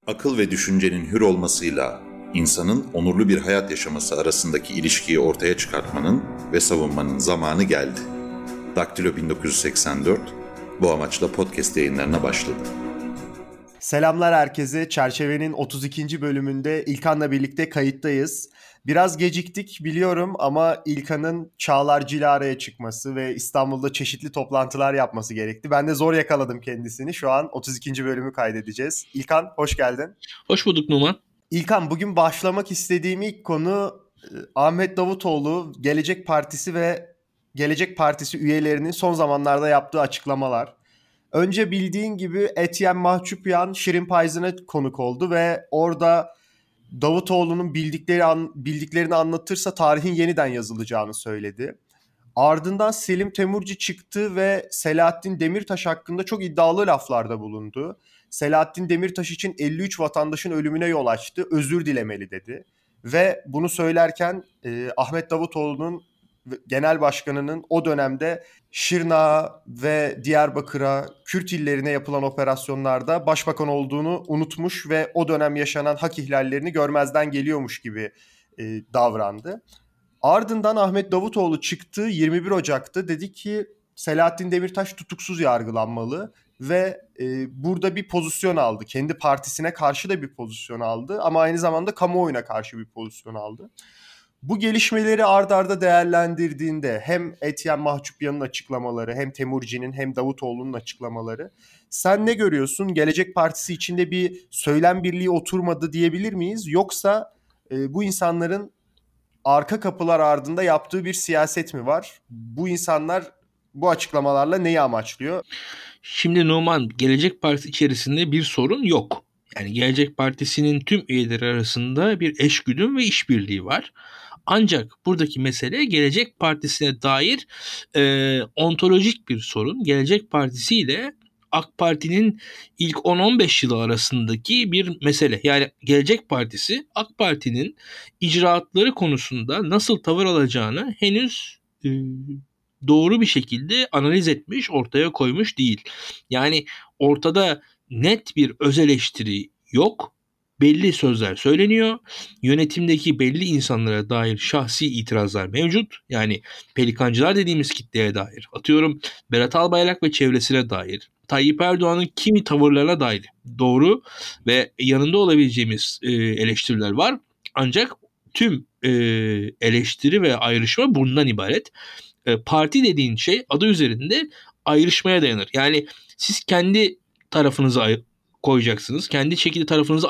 Akıl ve düşüncenin hür olmasıyla insanın onurlu bir hayat yaşaması arasındaki ilişkiyi ortaya çıkartmanın ve savunmanın zamanı geldi. Daktilo 1984 bu amaçla podcast yayınlarına başladı. Selamlar herkese. Çerçevenin 32. bölümünde İlkan'la birlikte kayıttayız. Biraz geciktik biliyorum ama İlkan'ın Çağlar Cilara'ya çıkması ve İstanbul'da çeşitli toplantılar yapması gerekti. Ben de zor yakaladım kendisini. Şu an 32. bölümü kaydedeceğiz. İlkan hoş geldin. Hoş bulduk Numan. İlkan, bugün başlamak istediğim ilk konu Ahmet Davutoğlu, Gelecek Partisi ve Gelecek Partisi üyelerinin son zamanlarda yaptığı açıklamalar. Önce bildiğin gibi Etienne Mahçupyan Şirin Payızı'na konuk oldu ve orada Davutoğlu'nun bildiklerini anlatırsa tarihin yeniden yazılacağını söyledi. Ardından Selim Temurci çıktı ve Selahattin Demirtaş hakkında çok iddialı laflarda bulundu. Selahattin Demirtaş için 53 vatandaşın ölümüne yol açtı, özür dilemeli dedi. Ve bunu söylerken Ahmet Davutoğlu'nun genel başkanının o dönemde Şırnak'a ve Diyarbakır'a, Kürt illerine yapılan operasyonlarda başbakan olduğunu unutmuş ve o dönem yaşanan hak ihlallerini görmezden geliyormuş gibi davrandı. Ardından Ahmet Davutoğlu çıktı 21 Ocak'ta, dedi ki Selahattin Demirtaş tutuksuz yargılanmalı ve burada bir pozisyon aldı. Kendi partisine karşı da bir pozisyon aldı ama aynı zamanda kamuoyuna karşı bir pozisyon aldı. Bu gelişmeleri ard arda değerlendirdiğinde hem Etienne Mahçupyan'ın açıklamaları, hem Temurci'nin hem Davutoğlu'nun açıklamaları, sen ne görüyorsun? Gelecek Partisi içinde bir söylem birliği oturmadı diyebilir miyiz? Yoksa bu insanların arka kapılar ardında yaptığı bir siyaset mi var? Bu insanlar bu açıklamalarla neyi amaçlıyor? Şimdi Numan, Gelecek Partisi içerisinde bir sorun yok. Yani Gelecek Partisi'nin tüm üyeleri arasında bir eşgüdüm ve işbirliği var. Ancak buradaki mesele Gelecek Partisi'ne dair ontolojik bir sorun. Gelecek Partisi ile AK Parti'nin ilk 10-15 yılı arasındaki bir mesele. Yani Gelecek Partisi AK Parti'nin icraatları konusunda nasıl tavır alacağını henüz doğru bir şekilde analiz etmiş, ortaya koymuş değil. Yani ortada net bir öz eleştiri yok. Belli sözler söyleniyor. Yönetimdeki belli insanlara dair şahsi itirazlar mevcut. Yani pelikancılar dediğimiz kitleye dair. Atıyorum Berat Albayrak ve çevresine dair. Tayyip Erdoğan'ın kimi tavırlarına dair doğru ve yanında olabileceğimiz eleştiriler var. Ancak tüm eleştiri ve ayrışma bundan ibaret. Parti dediğin şey adı üzerinde ayrışmaya dayanır. Yani siz kendi tarafınızı koyacaksınız. Kendi şekilde tarafınızı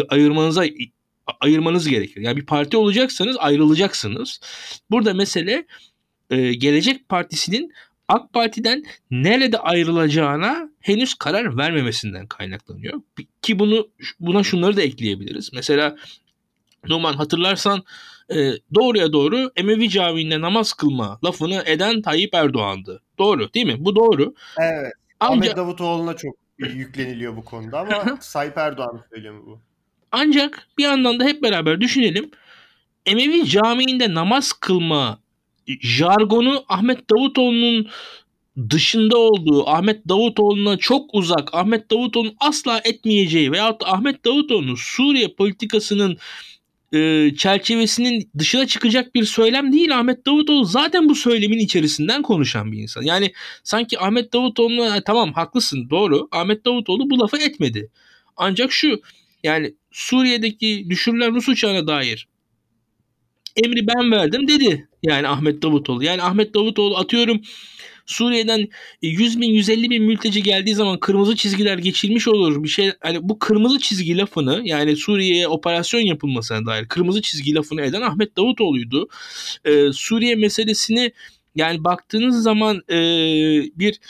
ayırmanız gerekir. Yani bir parti olacaksanız ayrılacaksınız. Burada mesele Gelecek Partisi'nin AK Parti'den nerede ayrılacağına henüz karar vermemesinden kaynaklanıyor. Ki buna şunları da ekleyebiliriz. Mesela Numan, hatırlarsan doğruya doğru Emevi Camii'nde namaz kılma lafını eden Tayyip Erdoğan'dı. Doğru değil mi? Bu doğru. Evet. Ancak, Ahmet Davutoğlu'na çok yükleniliyor bu konuda ama Tayyip Erdoğan söylüyor mu bu? ancak bir yandan da hep beraber düşünelim. Emevi Camii'nde namaz kılma jargonu Ahmet Davutoğlu'nun dışında olduğu, Ahmet Davutoğlu'na çok uzak, Ahmet Davutoğlu'nun asla etmeyeceği veyahut da Ahmet Davutoğlu'nun Suriye politikasının çerçevesinin dışına çıkacak bir söylem değil. Ahmet Davutoğlu zaten bu söylemin içerisinden konuşan bir insan. Yani sanki Ahmet Davutoğlu'na tamam haklısın, doğru, Ahmet Davutoğlu bu lafı etmedi. Ancak yani Suriye'deki düşürülen Rus uçağına dair emri ben verdim dedi yani Ahmet Davutoğlu. Yani Ahmet Davutoğlu atıyorum Suriye'den 100 bin 150 bin mülteci geldiği zaman kırmızı çizgiler geçilmiş olur bir şey. Hani bu kırmızı çizgi lafını, yani Suriye'ye operasyon yapılmasına dair kırmızı çizgi lafını eden Ahmet Davutoğlu'ydu. Suriye meselesini yani baktığınız zaman bir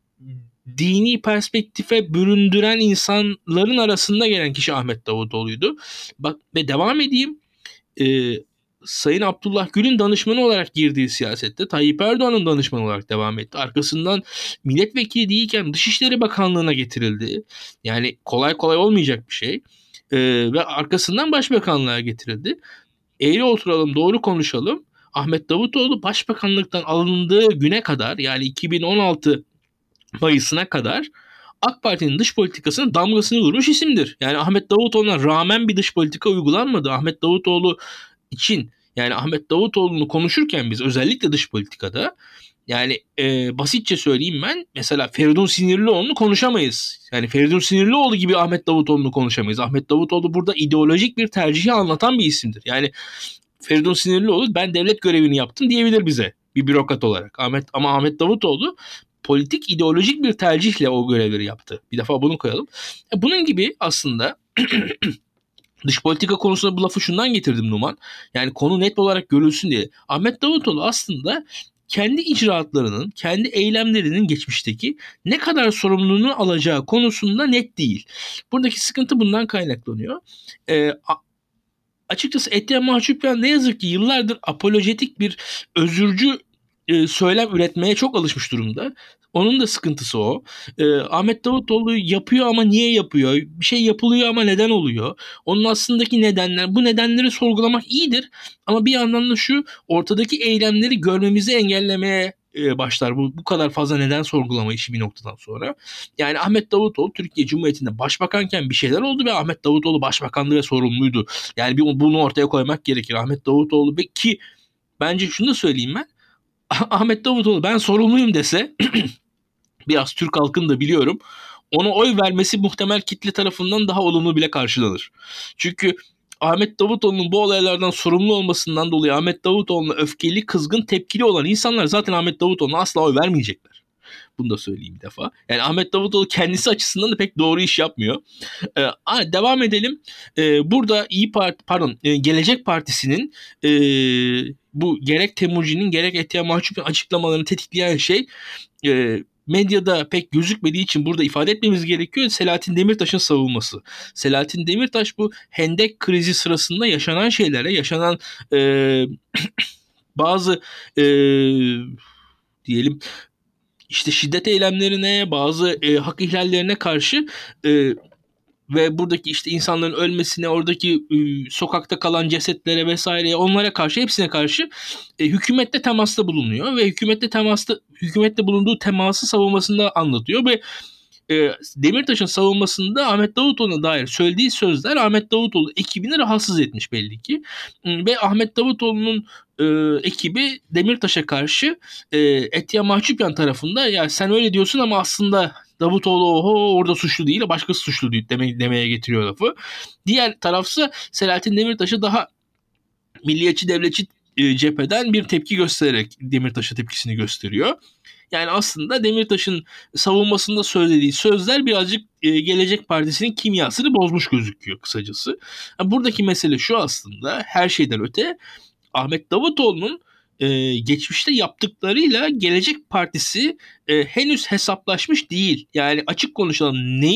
dini perspektife büründüren insanların arasında gelen kişi Ahmet Davutoğlu'ydu. Bak ve devam edeyim. Sayın Abdullah Gül'ün danışmanı olarak girdiği siyasette Tayyip Erdoğan'ın danışmanı olarak devam etti. Arkasından milletvekili değilken Dışişleri Bakanlığı'na getirildi. Yani kolay kolay olmayacak bir şey. Ve arkasından başbakanlığa getirildi. Eğri oturalım, doğru konuşalım. Ahmet Davutoğlu başbakanlıktan alındığı güne kadar, yani 2016 Mayıs'ına kadar AK Parti'nin dış politikasına damgasını vurmuş isimdir. Yani Ahmet Davutoğlu'na rağmen bir dış politika uygulanmadı. Ahmet Davutoğlu için, yani Ahmet Davutoğlu'nu konuşurken biz özellikle dış politikada, yani basitçe söyleyeyim ben, mesela Feridun Sinirlioğlu'nu konuşamayız. Yani Feridun Sinirlioğlu gibi Ahmet Davutoğlu'nu konuşamayız. Ahmet Davutoğlu burada ideolojik bir tercihi anlatan bir isimdir. Yani Feridun Sinirlioğlu ben devlet görevini yaptım diyebilir bize bir bürokrat olarak. Ama Ahmet Davutoğlu politik ideolojik bir tercihle o görevleri yaptı. Bir defa bunu koyalım. Bunun gibi aslında dış politika konusunda bu lafı şundan getirdim Numan. Yani konu net olarak görülsün diye. Ahmet Davutoğlu aslında kendi icraatlarının, kendi eylemlerinin geçmişteki ne kadar sorumluluğunu alacağı konusunda net değil. Buradaki sıkıntı bundan kaynaklanıyor. Açıkçası Etyen Mahçupyan ne yazık ki yıllardır apolojetik bir özürcü söylem üretmeye çok alışmış durumda. Onun da sıkıntısı o. Ahmet Davutoğlu yapıyor ama niye yapıyor? Bir şey yapılıyor ama neden oluyor? Onun aslındaki nedenler, bu nedenleri sorgulamak iyidir. Ama bir yandan da şu, ortadaki eylemleri görmemizi engellemeye başlar. Bu kadar fazla neden sorgulama işi bir noktadan sonra. Yani Ahmet Davutoğlu Türkiye Cumhuriyeti'nde başbakanken bir şeyler oldu ve Ahmet Davutoğlu başbakandı ve sorumluydu. Yani bunu ortaya koymak gerekir. Ahmet Davutoğlu, ki bence şunu da söyleyeyim ben. Ahmet Davutoğlu ben sorumluyum dese biraz Türk halkını da biliyorum, ona oy vermesi muhtemel kitle tarafından daha olumlu bile karşılanır. Çünkü Ahmet Davutoğlu'nun bu olaylardan sorumlu olmasından dolayı Ahmet Davutoğlu'na öfkeli, kızgın, tepkili olan insanlar zaten Ahmet Davutoğlu'na asla oy vermeyecekler. Bunu da söyleyeyim bir defa. Yani Ahmet Davutoğlu kendisi açısından da pek doğru iş yapmıyor. Devam edelim. Burada Gelecek Partisi'nin bu gerek Temurci'nin gerek Etyen Mahçupyan açıklamalarını tetikleyen şey, medyada pek gözükmediği için burada ifade etmemiz gerekiyor, Selahattin Demirtaş'ın savunması. Selahattin Demirtaş bu Hendek krizi sırasında yaşanan şeylere, yaşanan bazı diyelim işte şiddet eylemlerine, bazı hak ihlallerine karşı ve buradaki işte insanların ölmesine, oradaki sokakta kalan cesetlere vesaireye, onlara karşı, hepsine karşı hükümetle temasta bulunuyor ve hükümetle bulunduğu teması savunmasında anlatıyor ve Demirtaş'ın savunmasında Ahmet Davutoğlu'na dair söylediği sözler Ahmet Davutoğlu ekibini rahatsız etmiş belli ki. Ve Ahmet Davutoğlu'nun ekibi Demirtaş'a karşı Etyen Mahçupyan tarafında, ya sen öyle diyorsun ama aslında Davutoğlu orada suçlu değil, başkası suçlu değil demeye getiriyor lafı. Diğer tarafsa Selahattin Demirtaş'a daha milliyetçi, devletçi cepheden bir tepki göstererek Demirtaş'a tepkisini gösteriyor. Yani aslında Demirtaş'ın savunmasında söylediği sözler birazcık Gelecek Partisi'nin kimyasını bozmuş gözüküyor kısacası. Yani buradaki mesele şu, aslında her şeyden öte Ahmet Davutoğlu'nun geçmişte yaptıklarıyla Gelecek Partisi henüz hesaplaşmış değil. Yani açık konuşalım,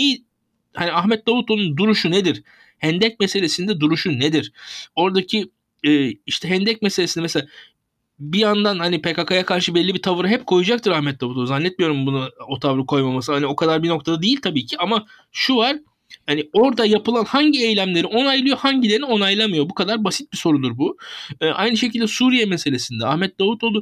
hani Ahmet Davutoğlu'nun duruşu nedir? Hendek meselesinde duruşu nedir? Oradaki işte Hendek meselesinde mesela bir yandan hani PKK'ya karşı belli bir tavır hep koyacaktır Ahmet Davutoğlu. Zannetmiyorum bunu, o tavrı koymaması. Hani o kadar bir noktada değil tabii ki, ama şu var. Hani orada yapılan hangi eylemleri onaylıyor, hangilerini onaylamıyor. Bu kadar basit bir sorudur bu. Aynı şekilde Suriye meselesinde Ahmet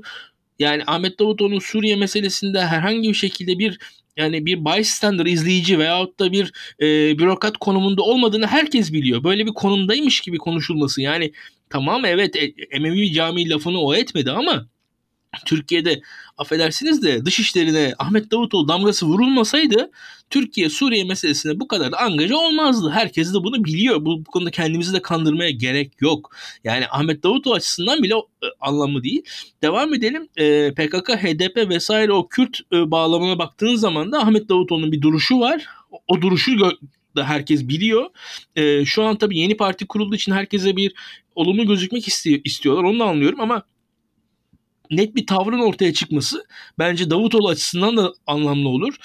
Davutoğlu'nun Suriye meselesinde herhangi bir şekilde bir bystander, izleyici veyahut da bir bürokrat konumunda olmadığını herkes biliyor. Böyle bir konumdaymış gibi konuşulması, yani tamam evet Emevi Camii lafını o etmedi ama Türkiye'de affedersiniz de dışişlerine Ahmet Davutoğlu damgası vurulmasaydı Türkiye Suriye meselesine bu kadar da angaja olmazdı. Herkes de bunu biliyor. Bu konuda kendimizi de kandırmaya gerek yok. Yani Ahmet Davutoğlu açısından bile anlamlı değil. Devam edelim. PKK, HDP vesaire o Kürt bağlamına baktığın zaman da Ahmet Davutoğlu'nun bir duruşu var. O duruşu da herkes biliyor. Şu an tabii yeni parti kurulduğu için herkese bir olumlu gözükmek istiyorlar. Onu da anlıyorum ama net bir tavrın ortaya çıkması bence Davutoğlu açısından da anlamlı olur.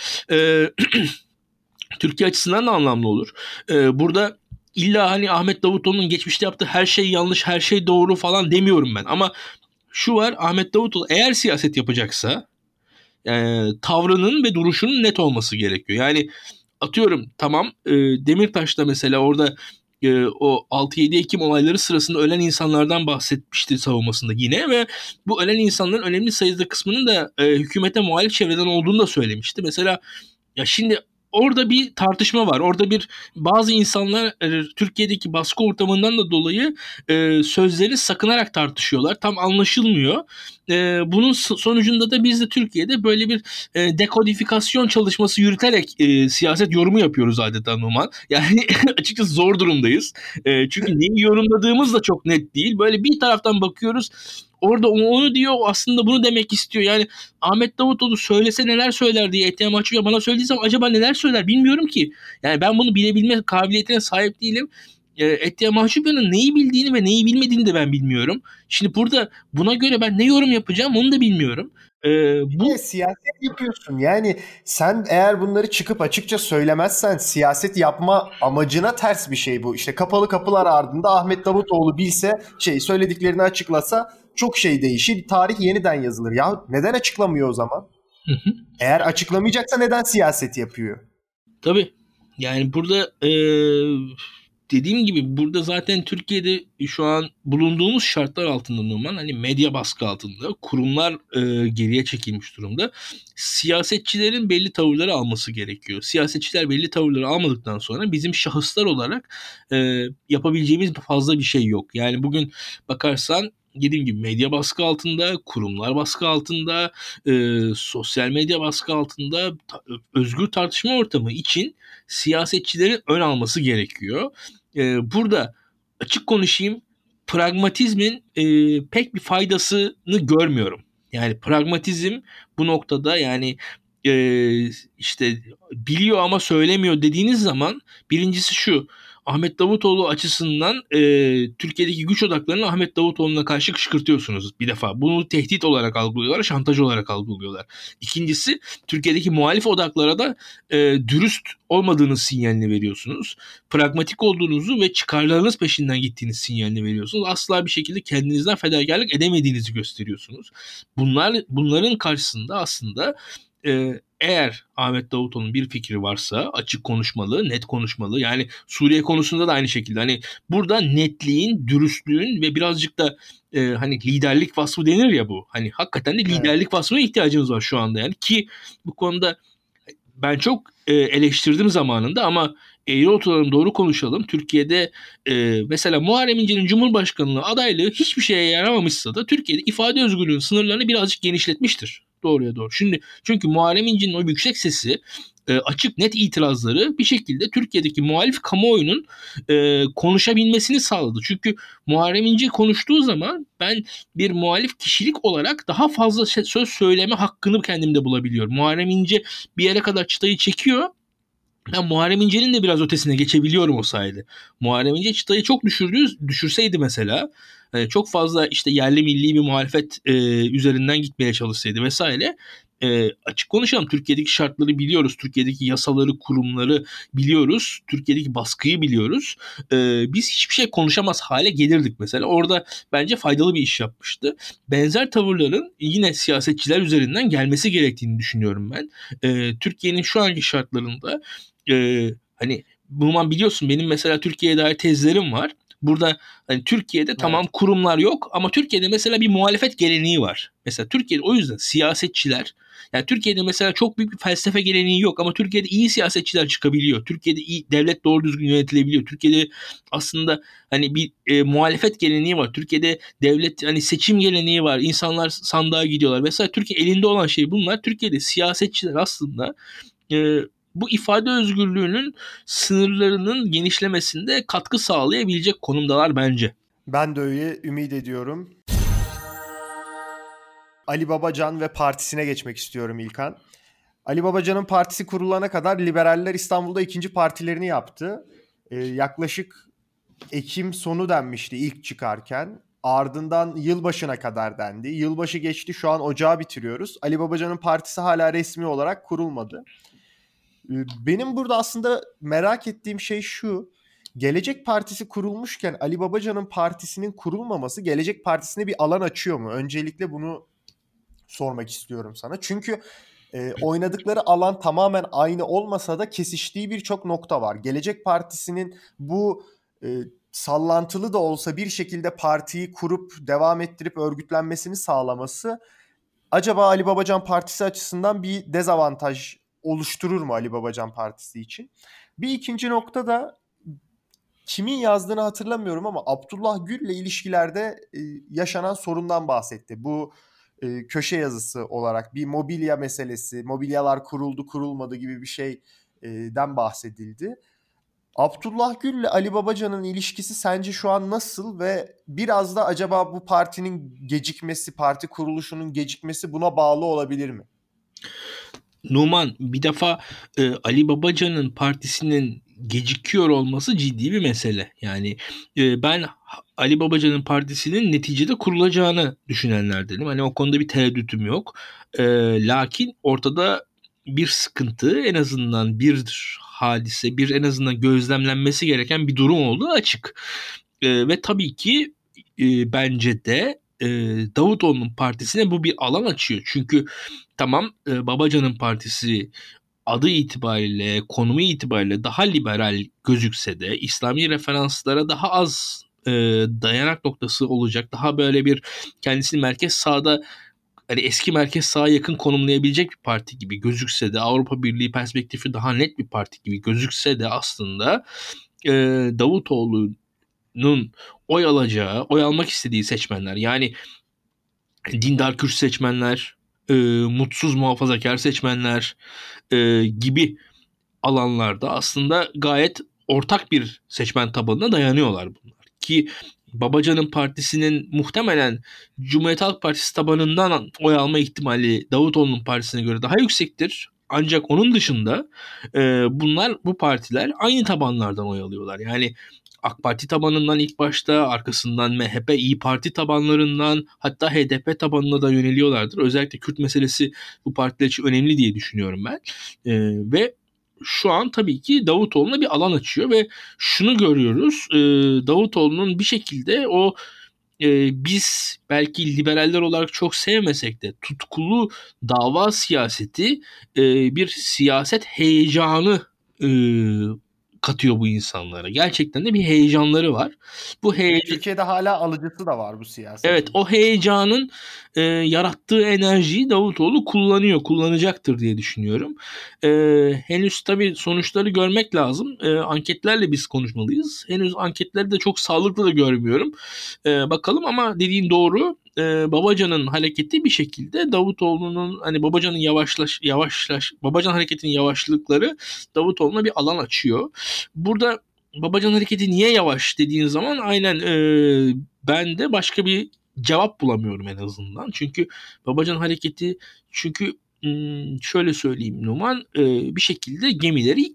Türkiye açısından da anlamlı olur. Burada illa hani Ahmet Davutoğlu'nun geçmişte yaptığı her şey yanlış, her şey doğru falan demiyorum ben. Ama şu var, Ahmet Davutoğlu eğer siyaset yapacaksa tavrının ve duruşunun net olması gerekiyor. Yani atıyorum tamam, Demirtaş da mesela orada o 6-7 Ekim olayları sırasında ölen insanlardan bahsetmişti savunmasında yine ve bu ölen insanların önemli sayıda kısmının da hükümete muhalif çevreden olduğunu da söylemişti. Mesela ya şimdi orada bir tartışma var. Orada bazı insanlar Türkiye'deki baskı ortamından da dolayı sözlerini sakınarak tartışıyorlar. Tam anlaşılmıyor. Bunun sonucunda da biz de Türkiye'de böyle bir dekodifikasyon çalışması yürüterek siyaset yorumu yapıyoruz adeta Numan. Yani açıkçası zor durumdayız. Çünkü neyi yorumladığımız da çok net değil. Böyle bir taraftan bakıyoruz. Orada onu diyor, aslında bunu demek istiyor. Yani Ahmet Davutoğlu söylese neler söyler diye Etihem Açık'a bana söylediysem acaba neler söyler bilmiyorum ki. Yani ben bunu bilebilme kabiliyetine sahip değilim. Etihem Açık'ın neyi bildiğini ve neyi bilmediğini de ben bilmiyorum. Şimdi burada buna göre ben ne yorum yapacağım onu da bilmiyorum. Siyaset yapıyorsun. Yani sen eğer bunları çıkıp açıkça söylemezsen siyaset yapma amacına ters bir şey bu. İşte kapalı kapılar ardında Ahmet Davutoğlu bilse, söylediklerini açıklasa çok şey değişir. Tarih yeniden yazılır. Ya neden açıklamıyor o zaman? Hı hı. Eğer açıklamayacaksa neden siyaset yapıyor? Tabii. Yani burada dediğim gibi burada zaten Türkiye'de şu an bulunduğumuz şartlar altında Numan, hani medya baskı altında, kurumlar geriye çekilmiş durumda. Siyasetçilerin belli tavırları alması gerekiyor. Siyasetçiler belli tavırları almadıktan sonra bizim şahıslar olarak yapabileceğimiz fazla bir şey yok. Yani bugün bakarsan dediğim gibi medya baskı altında, kurumlar baskı altında, sosyal medya baskı altında, özgür tartışma ortamı için siyasetçilerin ön alması gerekiyor. Burada açık konuşayım, pragmatizmin pek bir faydasını görmüyorum. Yani pragmatizm bu noktada, yani işte biliyor ama söylemiyor dediğiniz zaman, birincisi şu: Ahmet Davutoğlu açısından Türkiye'deki güç odaklarını Ahmet Davutoğlu'na karşı kışkırtıyorsunuz bir defa. Bunu tehdit olarak algılıyorlar, şantaj olarak algılıyorlar. İkincisi, Türkiye'deki muhalif odaklara da dürüst olmadığınız sinyalini veriyorsunuz. Pragmatik olduğunuzu ve çıkarlarınız peşinden gittiğiniz sinyalini veriyorsunuz. Asla bir şekilde kendinizden fedakarlık edemediğinizi gösteriyorsunuz. Bunların karşısında aslında eğer Ahmet Davutoğlu'nun bir fikri varsa açık konuşmalı, net konuşmalı. Yani Suriye konusunda da aynı şekilde. Hani burada netliğin, dürüstlüğün ve birazcık da hani liderlik vasfı denir ya bu. Hani hakikaten de liderlik vasfına ihtiyacımız var şu anda yani. Ki bu konuda ben çok eleştirdim zamanında ama eğri oturalım, doğru konuşalım. Türkiye'de mesela Muharrem İnce'nin Cumhurbaşkanlığı adaylığı hiçbir şeye yaramamışsa da Türkiye'de ifade özgürlüğünün sınırlarını birazcık genişletmiştir. Doğruya doğru. Çünkü Muharrem İnce'nin o yüksek sesi, açık net itirazları bir şekilde Türkiye'deki muhalif kamuoyunun konuşabilmesini sağladı. Çünkü Muharrem İnce konuştuğu zaman ben bir muhalif kişilik olarak daha fazla söz söyleme hakkını kendimde bulabiliyorum. Muharrem İnce bir yere kadar çıtayı çekiyor. Ben Muharrem İnce'nin de biraz ötesine geçebiliyorum o sayede. Muharrem İnce çıtayı çok düşürseydi mesela, çok fazla işte yerli milli bir muhalefet üzerinden gitmeye çalışsaydı vesaire. Açık konuşalım, Türkiye'deki şartları biliyoruz. Türkiye'deki yasaları, kurumları biliyoruz. Türkiye'deki baskıyı biliyoruz. Biz hiçbir şey konuşamaz hale gelirdik mesela. Orada bence faydalı bir iş yapmıştı. Benzer tavırların yine siyasetçiler üzerinden gelmesi gerektiğini düşünüyorum ben. Türkiye'nin şu anki şartlarında hani Numan biliyorsun, benim mesela Türkiye'ye dair tezlerim var. Burada hani Türkiye'de tamam kurumlar yok ama Türkiye'de mesela bir muhalefet geleneği var. Mesela Türkiye'de o yüzden siyasetçiler, yani Türkiye'de mesela çok büyük bir felsefe geleneği yok ama Türkiye'de iyi siyasetçiler çıkabiliyor. Türkiye'de iyi devlet doğru düzgün yönetilebiliyor. Türkiye'de aslında hani bir muhalefet geleneği var. Türkiye'de devlet, hani seçim geleneği var. İnsanlar sandığa gidiyorlar. Mesela Türkiye elinde olan şey bunlar. Türkiye'de siyasetçiler aslında bu ifade özgürlüğünün sınırlarının genişlemesinde katkı sağlayabilecek konumdalar bence. Ben de öyle ümit ediyorum. Ali Babacan ve partisine geçmek istiyorum İlkan. Ali Babacan'ın partisi kurulana kadar liberaller İstanbul'da ikinci partilerini yaptı. Yaklaşık Ekim sonu denmişti ilk çıkarken. Ardından yılbaşına kadar dendi. Yılbaşı geçti, şu an ocağı bitiriyoruz. Ali Babacan'ın partisi hala resmi olarak kurulmadı. Benim burada aslında merak ettiğim şey şu: Gelecek Partisi kurulmuşken Ali Babacan'ın partisinin kurulmaması Gelecek Partisi'ne bir alan açıyor mu? Öncelikle bunu sormak istiyorum sana. Çünkü oynadıkları alan tamamen aynı olmasa da kesiştiği birçok nokta var. Gelecek Partisi'nin bu sallantılı da olsa bir şekilde partiyi kurup devam ettirip örgütlenmesini sağlaması acaba Ali Babacan partisi açısından bir dezavantaj oluşturur mu Ali Babacan Partisi için? Bir ikinci nokta da kimin yazdığını hatırlamıyorum ama Abdullah Gül'le ilişkilerde yaşanan sorundan bahsetti. Bu köşe yazısı olarak bir mobilya meselesi, mobilyalar kuruldu kurulmadı gibi bir şeyden bahsedildi. Abdullah Gül'le Ali Babacan'ın ilişkisi sence şu an nasıl ve biraz da acaba bu partinin gecikmesi, parti kuruluşunun gecikmesi buna bağlı olabilir mi? Numan, bir defa Ali Babacan'ın partisinin gecikiyor olması ciddi bir mesele. Yani ben Ali Babacan'ın partisinin neticede kurulacağını düşünenlerdenim. Hani o konuda bir tereddütüm yok. Lakin ortada bir sıkıntı, en azından bir hadise, bir en azından gözlemlenmesi gereken bir durum olduğu açık. Ve tabii ki bence de Davutoğlu'nun partisine bu bir alan açıyor. Çünkü tamam, Babacan'ın partisi adı itibariyle, konumu itibariyle daha liberal gözükse de İslami referanslara daha az dayanak noktası olacak. Daha böyle bir kendisini merkez sağda, hani eski merkez sağa yakın konumlayabilecek bir parti gibi gözükse de, Avrupa Birliği perspektifi daha net bir parti gibi gözükse de aslında Davutoğlu'nun oy almak istediği seçmenler, yani dindar Kürt seçmenler, mutsuz muhafazakar seçmenler gibi alanlarda aslında gayet ortak bir seçmen tabanına dayanıyorlar bunlar. Ki Babacan'ın partisinin muhtemelen Cumhuriyet Halk Partisi tabanından oy alma ihtimali Davutoğlu'nun partisine göre daha yüksektir. Ancak onun dışında bu partiler aynı tabanlardan oy alıyorlar. Yani AK Parti tabanından ilk başta, arkasından MHP, İYİ Parti tabanlarından, hatta HDP tabanına da yöneliyorlardır. Özellikle Kürt meselesi bu partiler için önemli diye düşünüyorum ben. Ve şu an tabii ki Davutoğlu'na bir alan açıyor ve şunu görüyoruz. Davutoğlu'nun bir şekilde o biz belki liberaller olarak çok sevmesek de tutkulu dava siyaseti, bir siyaset heyecanı e, katıyor bu insanlara. Gerçekten de bir heyecanları var. Bu Türkiye'de hala alıcısı da var bu siyasetin. Evet, o heyecanın yarattığı enerjiyi Davutoğlu kullanacaktır diye düşünüyorum. Henüz tabii sonuçları görmek lazım. Anketlerle biz konuşmalıyız. Henüz anketleri de çok sağlıklı da görmüyorum. Bakalım, ama dediğin doğru. Babacan'ın hareketi bir şekilde Davutoğlu'nun, hani Babacan hareketinin yavaşlıkları Davutoğlu'na bir alan açıyor. Burada Babacan hareketi niye yavaş dediğin zaman aynen ben de başka bir cevap bulamıyorum en azından. Çünkü Babacan hareketi, şöyle söyleyeyim Numan, bir şekilde gemileri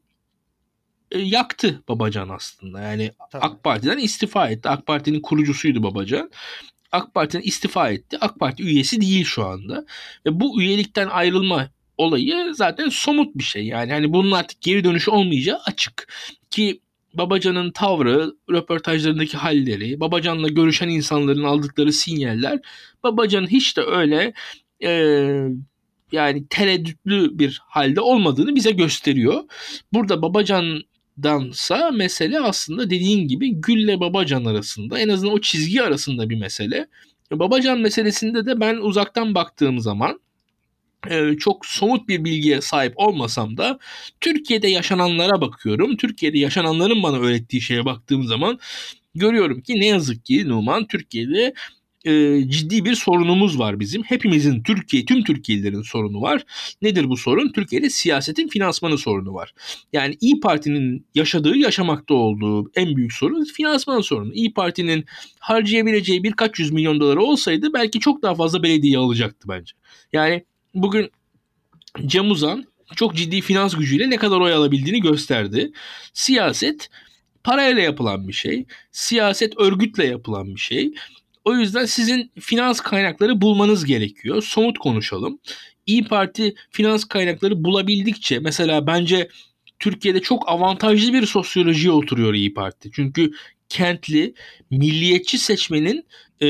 yaktı Babacan aslında. Yani Tabii. AK Parti'den istifa etti. AK Parti'nin kurucusuydu Babacan. AK Parti'den istifa etti. AK Parti üyesi değil şu anda. Ve bu üyelikten ayrılma olayı zaten somut bir şey. Yani hani bunun artık geri dönüşü olmayacağı açık. Ki Babacan'ın tavrı, röportajlarındaki halleri, Babacan'la görüşen insanların aldıkları sinyaller, Babacan'ın hiç de öyle e, yani tereddütlü bir halde olmadığını bize gösteriyor. Burada Babacan'dansa mesele aslında dediğin gibi Gül'le Babacan arasında, en azından o çizgi arasında bir mesele. Babacan meselesinde de ben uzaktan baktığım zaman çok somut bir bilgiye sahip olmasam da Türkiye'de yaşananlara bakıyorum. Türkiye'de yaşananların bana öğrettiği şeye baktığım zaman görüyorum ki ne yazık ki Numan, Türkiye'de ciddi bir sorunumuz var bizim. Hepimizin, tüm Türkiye'lilerin sorunu var. Nedir bu sorun? Türkiye'de siyasetin finansmanı sorunu var. Yani İyi Parti'nin yaşamakta olduğu en büyük sorun finansman sorunu. İyi Parti'nin harcayabileceği birkaç yüz milyon doları olsaydı belki çok daha fazla belediye alacaktı bence. Yani bugün Cem Uzan çok ciddi finans gücüyle ne kadar oy alabildiğini gösterdi. Siyaset parayla yapılan bir şey. Siyaset örgütle yapılan bir şey. O yüzden sizin finans kaynakları bulmanız gerekiyor. Somut konuşalım. İyi Parti finans kaynakları bulabildikçe, mesela bence Türkiye'de çok avantajlı bir sosyolojiye oturuyor İyi Parti. Çünkü kentli, milliyetçi seçmenin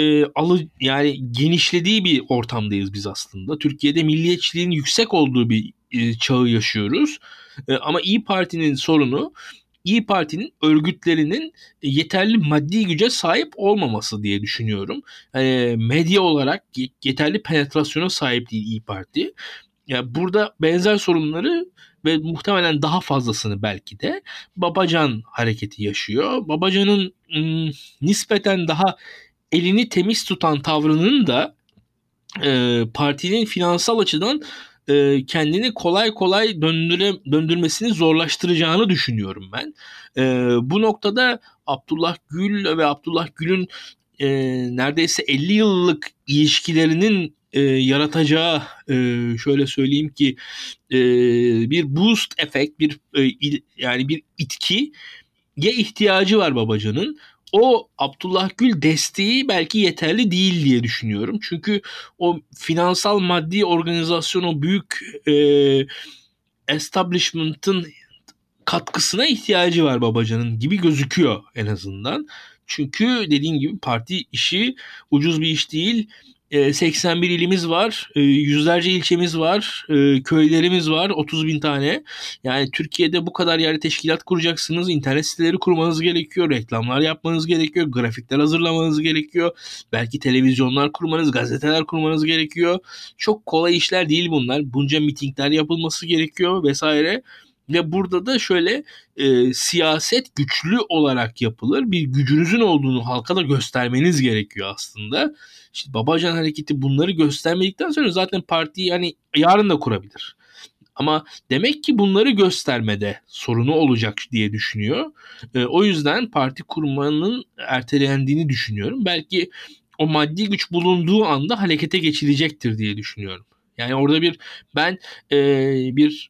yani genişlediği bir ortamdayız biz aslında. Türkiye'de milliyetçiliğin yüksek olduğu bir çağı yaşıyoruz. Ama İyi Parti'nin sorunu, İyi Parti'nin örgütlerinin yeterli maddi güce sahip olmaması diye düşünüyorum. Medya olarak yeterli penetrasyona sahip değil İyi Parti. Ya burada benzer sorunları ve muhtemelen daha fazlasını belki de Babacan hareketi yaşıyor. Babacan'ın nispeten daha elini temiz tutan tavrının da partinin finansal açıdan kendini kolay kolay döndürmesini zorlaştıracağını düşünüyorum ben. Bu noktada Abdullah Gül ve Abdullah Gül'ün neredeyse 50 yıllık ilişkilerinin yaratacağı şöyle söyleyeyim ki bir boost efekt, yani bir itkiye ihtiyacı var Babacan'ın. O Abdullah Gül desteği belki yeterli değil diye düşünüyorum. Çünkü o finansal maddi organizasyon, o büyük establishment'ın katkısına ihtiyacı var Babacan'ın gibi gözüküyor en azından. Çünkü dediğim gibi parti işi ucuz bir iş değil. 81 ilimiz var, yüzlerce ilçemiz var, köylerimiz var, 30 bin tane. Yani Türkiye'de bu kadar yerde teşkilat kuracaksınız, internet siteleri kurmanız gerekiyor, reklamlar yapmanız gerekiyor, grafikler hazırlamanız gerekiyor, belki televizyonlar kurmanız, gazeteler kurmanız gerekiyor. Çok kolay işler değil bunlar. Bunca mitingler yapılması gerekiyor vesaire. Ve burada da şöyle siyaset güçlü olarak yapılır. Bir gücünüzün olduğunu halka da göstermeniz gerekiyor aslında. İşte Babacan hareketi bunları göstermedikten sonra zaten partiyi yani yarın da kurabilir. Ama demek ki bunları göstermede sorunu olacak diye düşünüyor. O yüzden parti kurmanın ertelendiğini düşünüyorum. Belki o maddi güç bulunduğu anda harekete geçilecektir diye düşünüyorum. Yani orada ben bir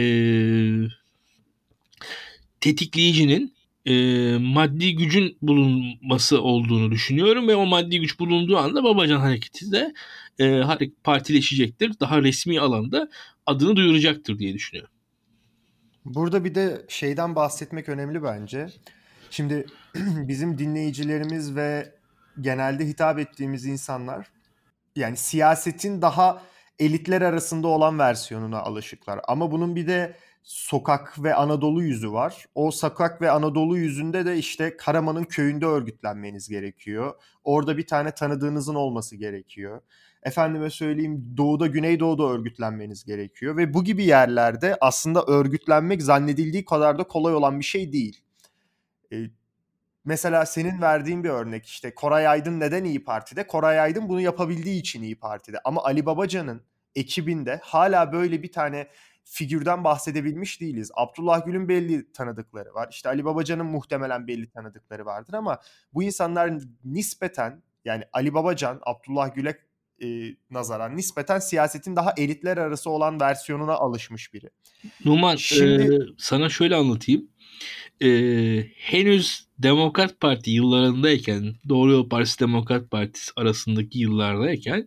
tetikleyicinin maddi gücün bulunması olduğunu düşünüyorum ve o maddi güç bulunduğu anda Babacan hareketi de partileşecektir. Daha resmi alanda adını duyuracaktır diye düşünüyorum. Burada bir de şeyden bahsetmek önemli bence. Şimdi bizim dinleyicilerimiz ve genelde hitap ettiğimiz insanlar yani siyasetin daha elitler arasında olan versiyonuna alışıklar. Ama bunun bir de sokak ve Anadolu yüzü var. O sokak ve Anadolu yüzünde de işte Karaman'ın köyünde örgütlenmeniz gerekiyor. Orada bir tane tanıdığınızın olması gerekiyor. Efendime söyleyeyim Doğu'da, Güneydoğu'da örgütlenmeniz gerekiyor. Ve bu gibi yerlerde aslında örgütlenmek zannedildiği kadar da kolay olan bir şey değil. Mesela senin verdiğin bir örnek işte Koray Aydın neden İyi Parti'de? Koray Aydın bunu yapabildiği için İyi Parti'de. Ama Ali Babacan'ın ekibinde hala böyle bir tane figürden bahsedebilmiş değiliz. Abdullah Gül'ün belli tanıdıkları var. İşte Ali Babacan'ın muhtemelen belli tanıdıkları vardır ama bu insanlar nispeten yani Ali Babacan, Abdullah Gül'e nazaran nispeten siyasetin daha elitler arası olan versiyonuna alışmış biri. Numan, Şimdi sana şöyle anlatayım. Henüz Demokrat Parti yıllarındayken, Doğru Yol Partisi Demokrat Partisi arasındaki yıllardayken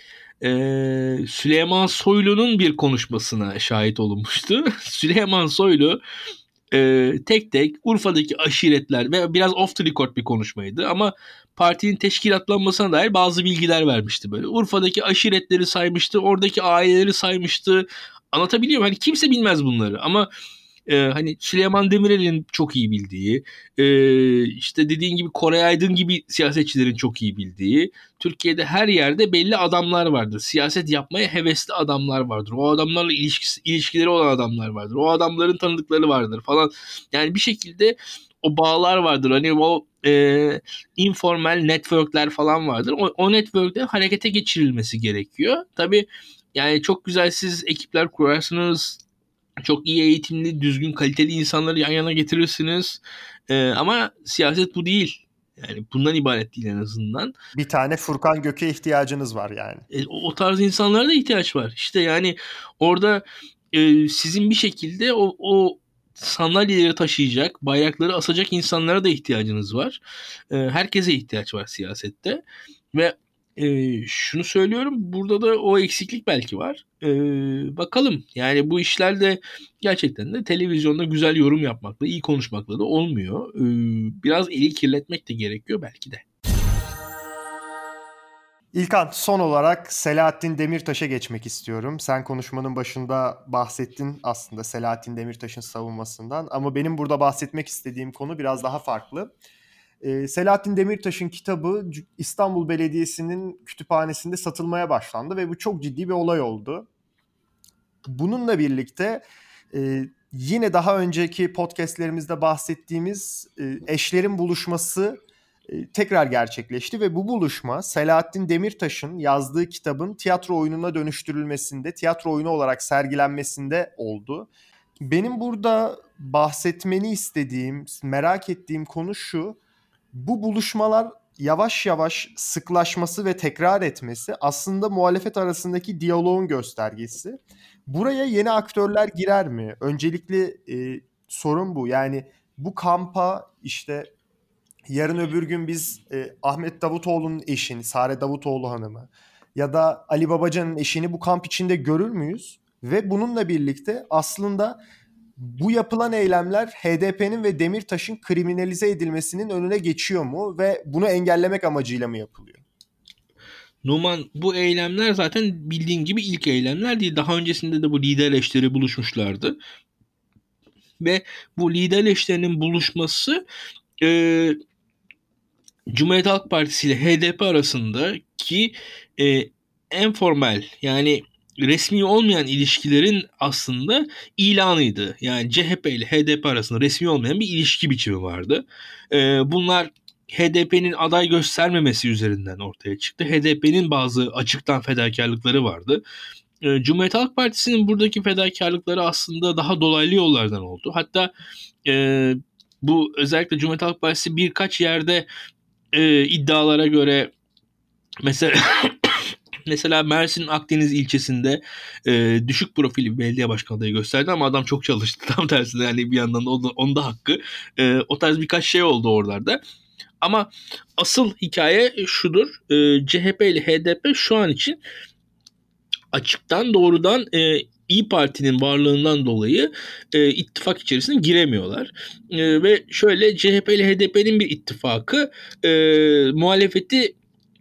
Süleyman Soylu'nun bir konuşmasına şahit olunmuştu. Süleyman Soylu tek tek Urfa'daki aşiretler ve biraz off the record bir konuşmaydı ama partinin teşkilatlanmasına dair bazı bilgiler vermişti böyle. Urfa'daki aşiretleri saymıştı, oradaki aileleri saymıştı. Anlatabiliyor muyum? Hani kimse bilmez bunları ama hani Süleyman Demirel'in çok iyi bildiği, işte dediğin gibi Koray Aydın gibi siyasetçilerin çok iyi bildiği, Türkiye'de her yerde belli adamlar vardır. Siyaset yapmaya hevesli adamlar vardır. O adamlarla ilişkileri olan adamlar vardır. O adamların tanıdıkları vardır falan. Yani bir şekilde o bağlar vardır. Hani o informal networkler falan vardır. O network'ten harekete geçirilmesi gerekiyor. Tabii yani çok güzel siz ekipler kurarsınız. Çok iyi eğitimli, düzgün, kaliteli insanları yan yana getirirsiniz. Ama siyaset bu değil. Yani bundan ibaret değil en azından. bir tane Furkan Gök'e ihtiyacınız var yani. O tarz insanlara da ihtiyaç var. İşte yani orada sizin bir şekilde o sandalyeleri taşıyacak, bayrakları asacak insanlara da ihtiyacınız var. Herkese ihtiyaç var siyasette. Ve şunu söylüyorum, burada da o eksiklik belki var. Bakalım yani bu işler de gerçekten de televizyonda güzel yorum yapmakla, iyi konuşmakla da olmuyor. Biraz eli kirletmek de gerekiyor belki de. İlkan, son olarak Selahattin Demirtaş'a geçmek istiyorum. Sen konuşmanın başında bahsettin aslında Selahattin Demirtaş'ın savunmasından ama benim burada bahsetmek istediğim konu biraz daha farklı. Selahattin Demirtaş'ın kitabı İstanbul Belediyesi'nin kütüphanesinde satılmaya başlandı ve bu çok ciddi bir olay oldu. Bununla birlikte yine daha önceki podcastlerimizde bahsettiğimiz eşlerin buluşması tekrar gerçekleşti ve bu buluşma Selahattin Demirtaş'ın yazdığı kitabın tiyatro oyununa dönüştürülmesinde, tiyatro oyunu olarak sergilenmesinde oldu. Benim burada bahsetmeni istediğim, merak ettiğim konu şu: bu buluşmalar yavaş yavaş sıklaşması ve tekrar etmesi aslında muhalefet arasındaki diyaloğun göstergesi. Buraya yeni aktörler girer mi? Öncelikli sorun bu. Yani bu kampa işte yarın öbür gün biz Ahmet Davutoğlu'nun eşini, Sare Davutoğlu hanımı ya da Ali Babacan'ın eşini bu kamp içinde görür müyüz? Ve bununla birlikte aslında bu yapılan eylemler HDP'nin ve Demirtaş'ın kriminalize edilmesinin önüne geçiyor mu ve bunu engellemek amacıyla mı yapılıyor? Numan, bu eylemler zaten bildiğin gibi ilk eylemler değil. Daha öncesinde de bu lider eşleri buluşmuşlardı. Ve bu lider eşlerinin buluşması Cumhuriyet Halk Partisi ile HDP arasındaki en formal, yani resmi olmayan ilişkilerin aslında ilanıydı. Yani CHP ile HDP arasında resmi olmayan bir ilişki biçimi vardı. Bunlar HDP'nin aday göstermemesi üzerinden ortaya çıktı. HDP'nin bazı açıktan fedakarlıkları vardı. Cumhuriyet Halk Partisi'nin buradaki fedakarlıkları aslında daha dolaylı yollardan oldu. Hatta bu özellikle Cumhuriyet Halk Partisi birkaç yerde iddialara göre mesela mesela Mersin Akdeniz ilçesinde düşük profil bir belediye başkanı adayı gösterdi ama adam çok çalıştı. Tam tersine, yani bir yandan da onun da hakkı. O tarz birkaç şey oldu oralarda. Ama asıl hikaye şudur. CHP ile HDP şu an için açıktan doğrudan İYİ Parti'nin varlığından dolayı ittifak içerisine giremiyorlar. Ve şöyle, CHP ile HDP'nin bir ittifakı muhalefeti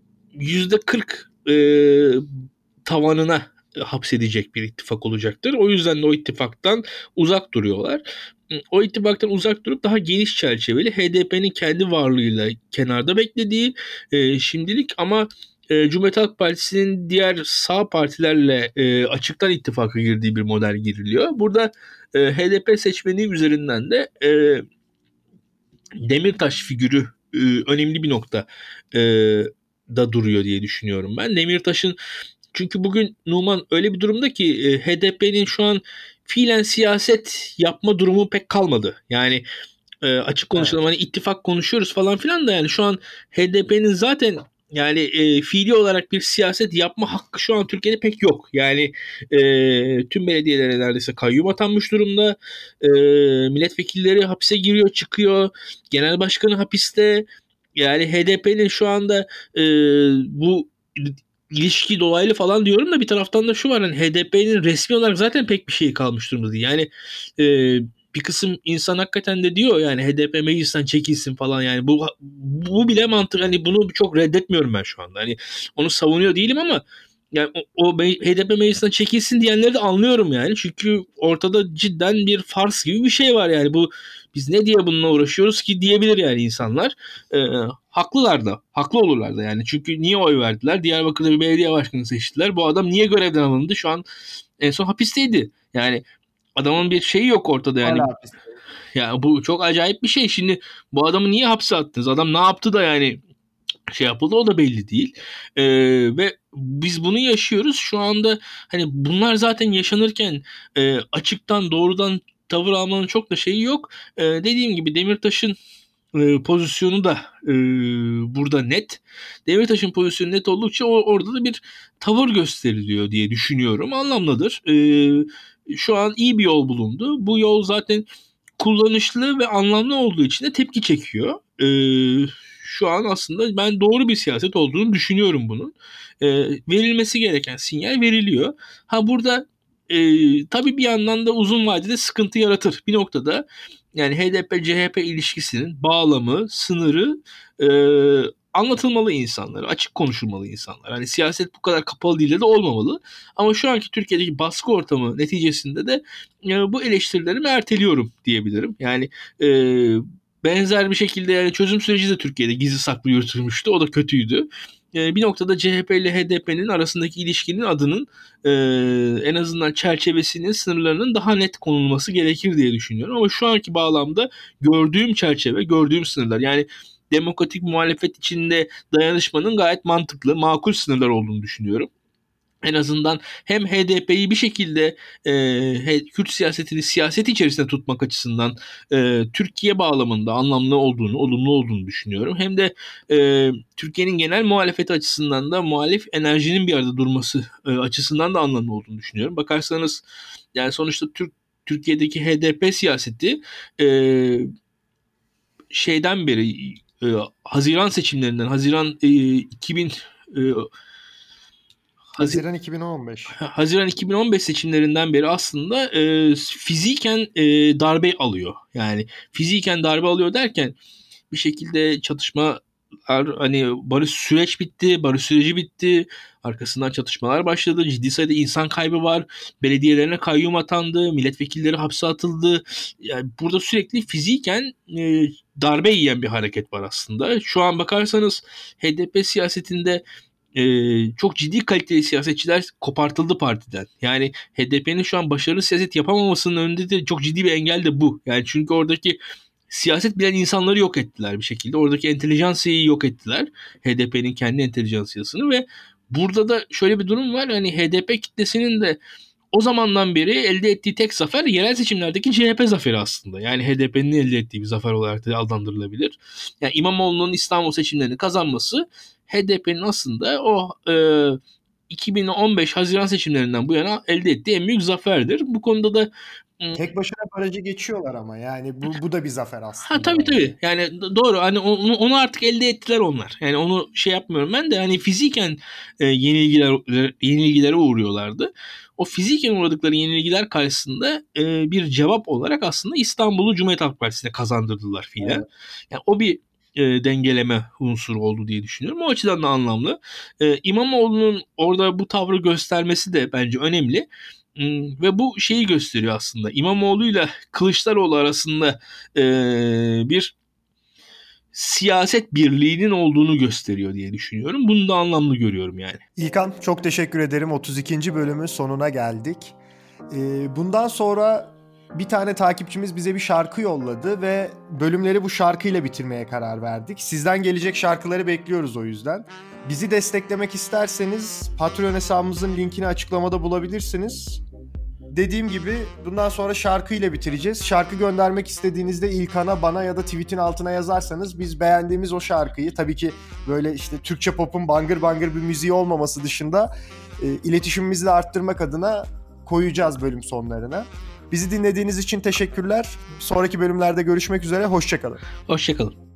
%40 tavanına hapsedecek bir ittifak olacaktır. O yüzden de o ittifaktan uzak duruyorlar. O ittifaktan uzak durup daha geniş çerçeveli HDP'nin kendi varlığıyla kenarda beklediği şimdilik ama Cumhuriyet Halk Partisi'nin diğer sağ partilerle açıktan ittifaka girdiği bir model giriliyor. Burada HDP seçmeni üzerinden de Demirtaş figürü önemli bir nokta da duruyor diye düşünüyorum ben. Demirtaş'ın, çünkü bugün Numan öyle bir durumda ki HDP'nin şu an fiilen siyaset yapma durumu pek kalmadı. Yani açık konuşalım, hani ittifak konuşuyoruz falan filan da yani şu an HDP'nin zaten yani fiili olarak bir siyaset yapma hakkı şu an Türkiye'de pek yok. Yani tüm belediyelere neredeyse kayyum atanmış durumda. Milletvekilleri hapise giriyor, çıkıyor. Genel başkanı hapiste. Yani HDP'nin şu anda bu ilişki dolaylı falan diyorum da bir taraftan da şu var, hani HDP'nin resmi olarak zaten pek bir şey kalmış durumda değil. Yani bir kısım insan hakikaten de diyor yani HDP meclisten çekilsin falan, yani bu bile mantık, hani bunu çok reddetmiyorum ben şu anda. Hani onu savunuyor değilim ama yani o HDP meclisinden çekilsin diyenleri de anlıyorum yani. Çünkü ortada cidden bir fars gibi bir şey var yani. Bu, biz ne diye bununla uğraşıyoruz ki diyebilir yani insanlar. Haklılar da. Haklı olurlar da yani. Çünkü niye oy verdiler? Diyarbakır'da bir belediye başkanı seçtiler. Bu adam niye görevden alındı? Şu an en son hapisteydi. Yani adamın bir şeyi yok ortada yani. Hala hapiste. Ya bu çok acayip bir şey. Şimdi bu adamı niye hapse attınız? Adam ne yaptı da yani şey yapıldı, o da belli değil. Ve biz bunu yaşıyoruz şu anda. Hani bunlar zaten yaşanırken açıktan doğrudan tavır almanın çok da şeyi yok. Dediğim gibi Demirtaş'ın pozisyonu da burada net. Demirtaş'ın pozisyonu net oldukça orada da bir tavır gösteriliyor diye düşünüyorum. Anlamlıdır. Şu an iyi bir yol bulundu. Bu yol zaten kullanışlı ve anlamlı olduğu için de tepki çekiyor. Şu an aslında ben doğru bir siyaset olduğunu düşünüyorum bunun. Verilmesi gereken sinyal veriliyor. Ha burada tabii bir yandan da uzun vadede sıkıntı yaratır. Bir noktada yani HDP-CHP ilişkisinin bağlamı, sınırı anlatılmalı insanlara, açık konuşulmalı insanlar. Hani siyaset bu kadar kapalı dille de olmamalı. Ama şu anki Türkiye'deki baskı ortamı neticesinde de bu eleştirilerimi erteliyorum diyebilirim. Yani benzer bir şekilde yani çözüm süreci de Türkiye'de gizli saklı yürütülmüştü. O da kötüydü. bir noktada CHP ile HDP'nin arasındaki ilişkinin adının en azından çerçevesinin, sınırlarının daha net konulması gerekir diye düşünüyorum. Ama şu anki bağlamda gördüğüm çerçeve, gördüğüm sınırlar, yani demokratik muhalefet içinde dayanışmanın gayet mantıklı, makul sınırlar olduğunu düşünüyorum. En azından hem HDP'yi bir şekilde Kürt siyasetini siyaset içerisinde tutmak açısından Türkiye bağlamında anlamlı olduğunu, olumlu olduğunu düşünüyorum. Hem de Türkiye'nin genel muhalefeti açısından da muhalif enerjinin bir arada durması açısından da anlamlı olduğunu düşünüyorum. Bakarsanız yani sonuçta Türkiye'deki HDP siyaseti şeyden beri Haziran seçimlerinden, Haziran 2015. Haziran 2015 seçimlerinden beri aslında fiziken darbe alıyor. Yani fiziken darbe alıyor derken bir şekilde çatışmalar, hani barış süreci bitti. Arkasından çatışmalar başladı. Ciddi sayıda insan kaybı var. Belediyelerine kayyum atandı. Milletvekilleri hapse atıldı. Yani burada sürekli fiziken darbe yiyen bir hareket var aslında. Şu an bakarsanız HDP siyasetinde çok ciddi kaliteli siyasetçiler kopartıldı partiden. Yani HDP'nin şu an başarılı siyaset yapamamasının önünde de çok ciddi bir engel de bu. Yani çünkü oradaki siyaset bilen insanları yok ettiler bir şekilde. Oradaki entelijansiyayı yok ettiler. HDP'nin kendi entelijansiyasını ve burada da şöyle bir durum var. Hani HDP kitlesinin de o zamandan beri elde ettiği tek zafer yerel seçimlerdeki CHP zaferi aslında. Yani HDP'nin elde ettiği bir zafer olarak da adlandırılabilir. Yani İmamoğlu'nun İstanbul seçimlerini kazanması HDP'nin aslında o 2015 Haziran seçimlerinden bu yana elde ettiği en büyük zaferdir. Bu konuda da tek başına barajı geçiyorlar ama yani bu da bir zafer aslında. Tabii. Yani doğru. Hani onu artık elde ettiler onlar. Yani onu şey yapmıyorum ben de, hani fiziken yenilgilere uğruyorlardı. O fiziken uğradıkları yenilgiler karşısında bir cevap olarak aslında İstanbul'u Cumhuriyet Halk Partisi'ne kazandırdılar fiilen. Evet. Yani o bir dengeleme unsuru oldu diye düşünüyorum. O açıdan da anlamlı. İmamoğlu'nun orada bu tavrı göstermesi de bence önemli. Ve bu şeyi gösteriyor aslında. İmamoğlu'yla Kılıçdaroğlu arasında bir siyaset birliğinin olduğunu gösteriyor diye düşünüyorum. Bunu da anlamlı görüyorum yani. İlkan, çok teşekkür ederim. 32. bölümün sonuna geldik. Bundan sonra bir tane takipçimiz bize bir şarkı yolladı ve bölümleri bu şarkıyla bitirmeye karar verdik. Sizden gelecek şarkıları bekliyoruz o yüzden. Bizi desteklemek isterseniz Patreon hesabımızın linkini açıklamada bulabilirsiniz. Dediğim gibi bundan sonra şarkıyla bitireceğiz. Şarkı göndermek istediğinizde İlkan'a, bana ya da tweet'in altına yazarsanız biz beğendiğimiz o şarkıyı, tabii ki böyle işte Türkçe pop'un bangır bangır bir müziği olmaması dışında iletişimimizi de arttırmak adına koyacağız bölüm sonlarına. Bizi dinlediğiniz için teşekkürler. Sonraki bölümlerde görüşmek üzere. Hoşça kalın. Hoşça kalın.